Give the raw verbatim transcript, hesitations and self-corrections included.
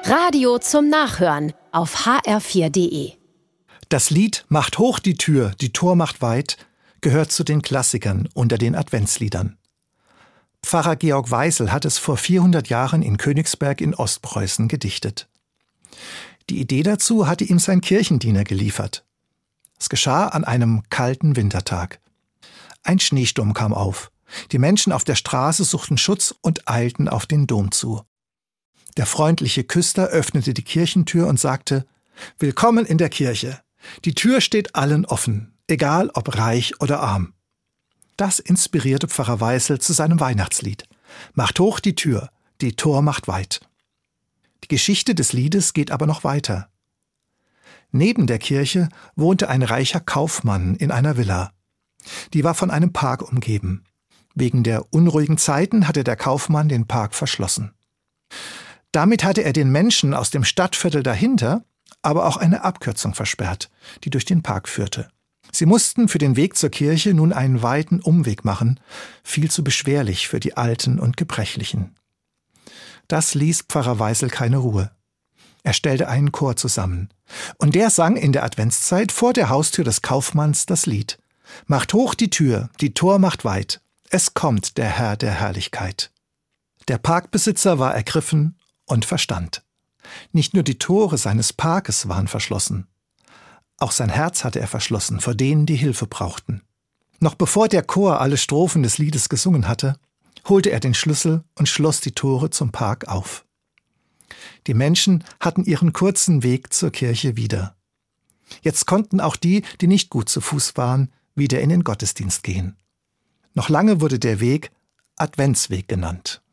Radio zum Nachhören auf h r vier punkt d e. Das Lied »Macht hoch die Tür, die Tor macht weit« gehört zu den Klassikern unter den Adventsliedern. Pfarrer Georg Weisel hat es vor vierhundert Jahren in Königsberg in Ostpreußen gedichtet. Die Idee dazu hatte ihm sein Kirchendiener geliefert. Es geschah an einem kalten Wintertag. Ein Schneesturm kam auf. Die Menschen auf der Straße suchten Schutz und eilten auf den Dom zu. Der freundliche Küster öffnete die Kirchentür und sagte: »Willkommen in der Kirche. Die Tür steht allen offen, egal ob reich oder arm.« Das inspirierte Pfarrer Weisel zu seinem Weihnachtslied. »Macht hoch die Tür, die Tor macht weit.« Die Geschichte des Liedes geht aber noch weiter. Neben der Kirche wohnte ein reicher Kaufmann in einer Villa. Die war von einem Park umgeben. Wegen der unruhigen Zeiten hatte der Kaufmann den Park verschlossen. Damit hatte er den Menschen aus dem Stadtviertel dahinter aber auch eine Abkürzung versperrt, die durch den Park führte. Sie mussten für den Weg zur Kirche nun einen weiten Umweg machen, viel zu beschwerlich für die Alten und Gebrechlichen. Das ließ Pfarrer Weisel keine Ruhe. Er stellte einen Chor zusammen. Und der sang in der Adventszeit vor der Haustür des Kaufmanns das Lied: »Macht hoch die Tür, die Tor macht weit, es kommt der Herr der Herrlichkeit.« Der Parkbesitzer war ergriffen und verstand. Nicht nur die Tore seines Parkes waren verschlossen. Auch sein Herz hatte er verschlossen vor denen, die Hilfe brauchten. Noch bevor der Chor alle Strophen des Liedes gesungen hatte, holte er den Schlüssel und schloss die Tore zum Park auf. Die Menschen hatten ihren kurzen Weg zur Kirche wieder. Jetzt konnten auch die, die nicht gut zu Fuß waren, wieder in den Gottesdienst gehen. Noch lange wurde der Weg Adventsweg genannt.